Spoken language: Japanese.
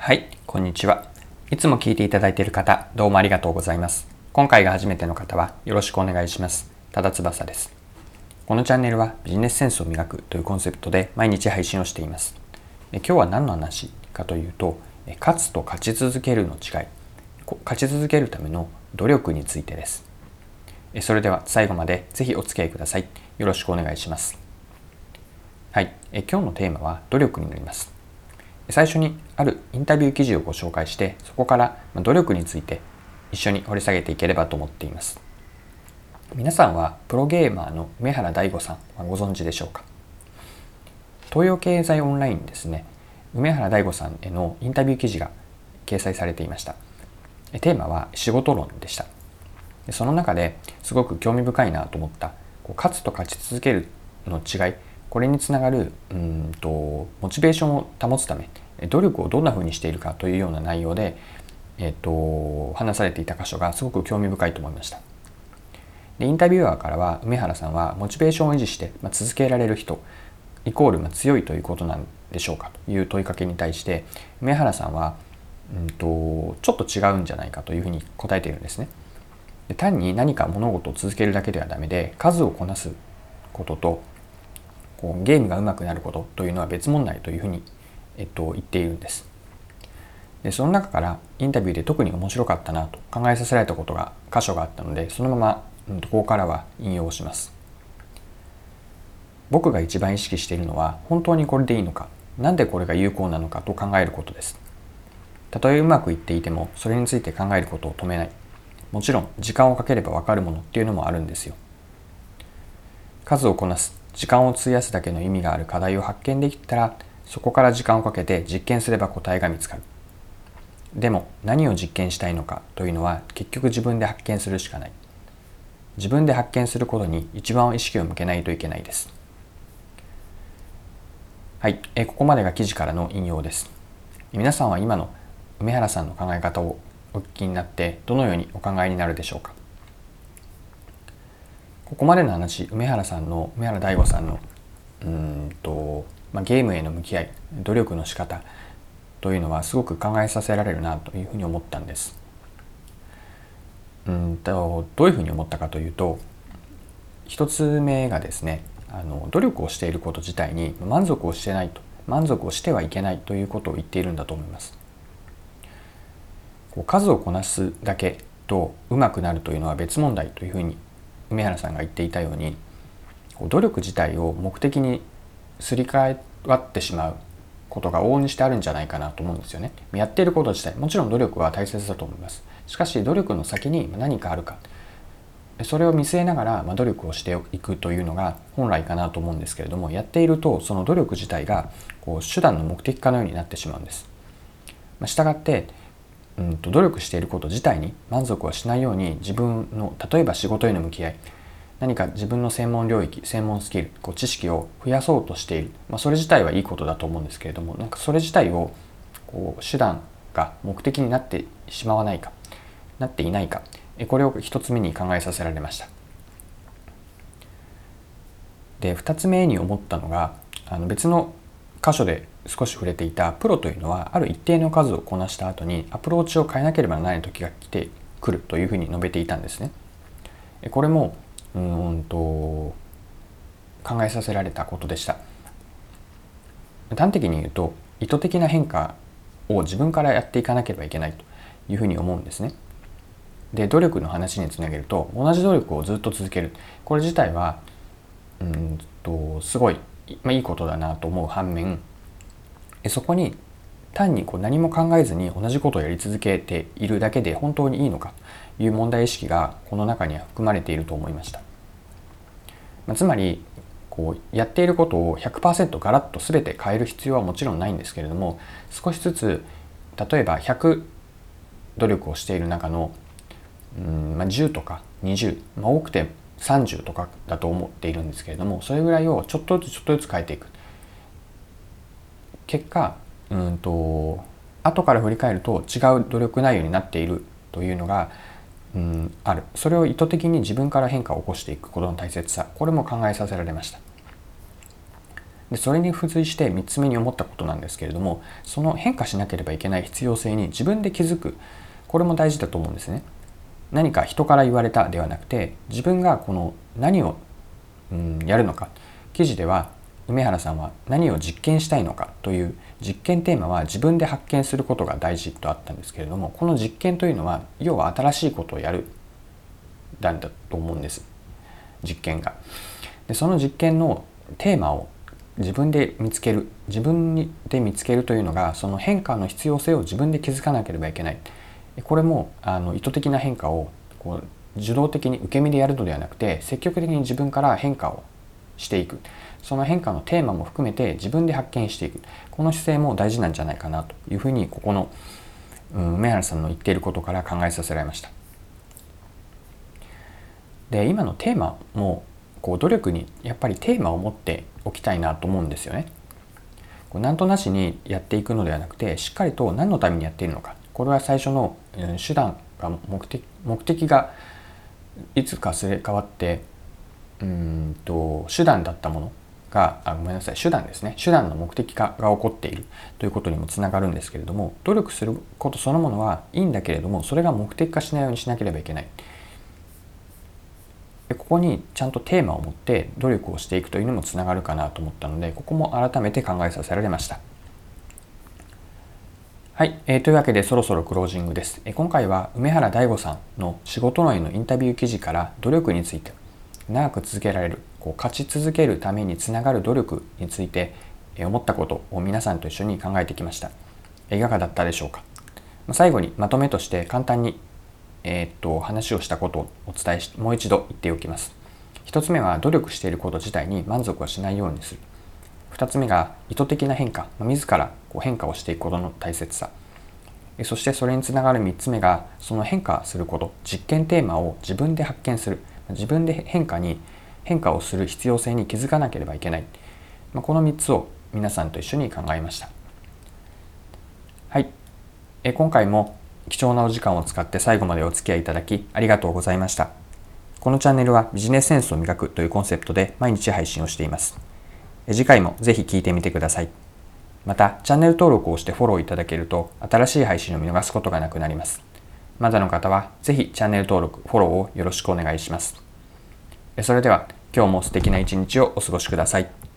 はい、こんにちは。いつも聞いていただいている方、どうもありがとうございます。今回が初めての方はよろしくお願いします。多田翼です。このチャンネルはビジネスセンスを磨くというコンセプトで毎日配信をしています。今日は何の話かというと、勝つと勝ち続けるの違い、勝ち続けるための努力についてです。それでは最後までぜひお付き合いください。よろしくお願いします。はい、今日のテーマは努力になります。最初にあるインタビュー記事をご紹介して、そこから努力について一緒に掘り下げていければと思っています。皆さんはプロゲーマーの梅原大吾さんはご存知でしょうか。東洋経済オンラインにですね、梅原大吾さんへのインタビュー記事が掲載されていました。テーマは仕事論でした。その中ですごく興味深いなと思った勝つと勝ち続けるの違い、これにつながるモチベーションを保つため努力をどんな風にしているかというような内容で、話されていた箇所がすごく興味深いと思いました。でインタビュアーからは、梅原さんはモチベーションを維持して、続けられる人イコール強いということなんでしょうかという問いかけに対して、梅原さんはちょっと違うんじゃないかというふうに答えているんですね。で単に何か物事を続けるだけではダメで、数をこなすこととゲームが上手くなることというのは別問題というふうに、言っているんです。でその中からインタビューで特に面白かったなと考えさせられた箇所があったので、そのまま、ここからは引用します。僕が一番意識しているのは、本当にこれでいいのか、なんでこれが有効なのかと考えることです。たとえうまくいっていても、それについて考えることを止めない。もちろん時間をかければ分かるものっていうのもあるんですよ。数をこなす、時間を費やすだけの意味がある課題を発見できたら、そこから時間をかけて実験すれば答えが見つかる。でも何を実験したいのかというのは結局自分で発見するしかない。自分で発見することに一番意識を向けないといけないです。はい、ここまでが記事からの引用です。皆さんは今の梅原さんの考え方をお聞きになってどのようにお考えになるでしょうか。ここまでの話、梅原大吾さんのゲームへの向き合い、努力の仕方というのはすごく考えさせられるなというふうに思ったんです。どういうふうに思ったかというと、一つ目がですね、努力をしていること自体に満足をしてはいけないということを言っているんだと思います。数をこなすだけと上手くなるというのは別問題というふうに梅原さんが言っていたように、努力自体を目的にすり替わってしまうことが往々にしてあるんじゃないかなと思うんですよね。やっていること自体、もちろん努力は大切だと思います。しかし努力の先に何かあるか、それを見据えながら努力をしていくというのが本来かなと思うんですけれども、やっているとその努力自体が手段の目的化のようになってしまうんです。したがって努力していること自体に満足はしないように、自分の例えば仕事への向き合い、何か自分の専門領域、専門スキル、知識を増やそうとしている、それ自体はいいことだと思うんですけれども、それ自体を手段が目的になってしまわないか、なっていないか、これを一つ目に考えさせられました。で二つ目に思ったのが、別の箇所で少し触れていた、プロというのはある一定の数をこなした後にアプローチを変えなければならない時が来てくるというふうに述べていたんですね。これも考えさせられたことでした。端的に言うと、意図的な変化を自分からやっていかなければいけないというふうに思うんですね。で努力の話につなげると、同じ努力をずっと続ける、これ自体はすごい、いいことだなと思う反面、そこに単に何も考えずに同じことをやり続けているだけで本当にいいのかという問題意識がこの中には含まれていると思いました。つまりやっていることを 100% ガラッと全て変える必要はもちろんないんですけれども、少しずつ、例えば100努力をしている中の10とか20、多くて30とかだと思っているんですけれども、それぐらいをちょっとずつ変えていく結果、後から振り返ると違う努力内容になっているというのがある。それを意図的に自分から変化を起こしていくことの大切さ、これも考えさせられました。 でそれに付随して3つ目に思ったことなんですけれども、その変化しなければいけない必要性に自分で気づく、これも大事だと思うんですね。何か人から言われたではなくて、自分がこの何をやるのか。記事では梅原さんは何を実験したいのかという実験テーマは自分で発見することが大事とあったんですけれども、この実験というのは要は新しいことをやるなんだと思うんです。実験が。でその実験のテーマを自分で見つけるというのが、その変化の必要性を自分で気づかなければいけない。これも意図的な変化を受動的に受け身でやるのではなくて、積極的に自分から変化をしていく、その変化のテーマも含めて自分で発見していく、この姿勢も大事なんじゃないかなというふうに、ここの梅原さんの言っていることから考えさせられました。で今のテーマも努力にやっぱりテーマを持っておきたいなと思うんですよね。なんとなしにやっていくのではなくて、しっかりと何のためにやっているのか、これは最初の手段が目的がいつかすれ変わって手段だったものが手段ですね、手段の目的化が起こっているということにもつながるんですけれども、努力することそのものはいいんだけれども、それが目的化しないようにしなければいけない。ここにちゃんとテーマを持って努力をしていくというのもつながるかなと思ったので、ここも改めて考えさせられました。はい、というわけでそろそろクロージングです。今回は梅原大吾さんの仕事論へのインタビュー記事から努力について、長く続けられる勝ち続けるためにつながる努力について思ったことを皆さんと一緒に考えてきました。いかがだったでしょうか。最後にまとめとして簡単に話をしたことをお伝えし、もう一度言っておきます。一つ目は努力していること自体に満足はしないようにする。二つ目が意図的な変化、自ら変化をしていくことの大切さ。そしてそれにつながる三つ目が、その変化すること、実験テーマを自分で発見する。自分で変化をする必要性に気づかなければいけない。この3つを皆さんと一緒に考えました。はい。今回も貴重なお時間を使って最後までお付き合いいただきありがとうございました。このチャンネルはビジネスセンスを磨くというコンセプトで毎日配信をしています。次回もぜひ聞いてみてください。また、チャンネル登録をしてフォローいただけると新しい配信を見逃すことがなくなります。まだの方はぜひチャンネル登録、フォローをよろしくお願いします。それでは今日も素敵な一日をお過ごしください。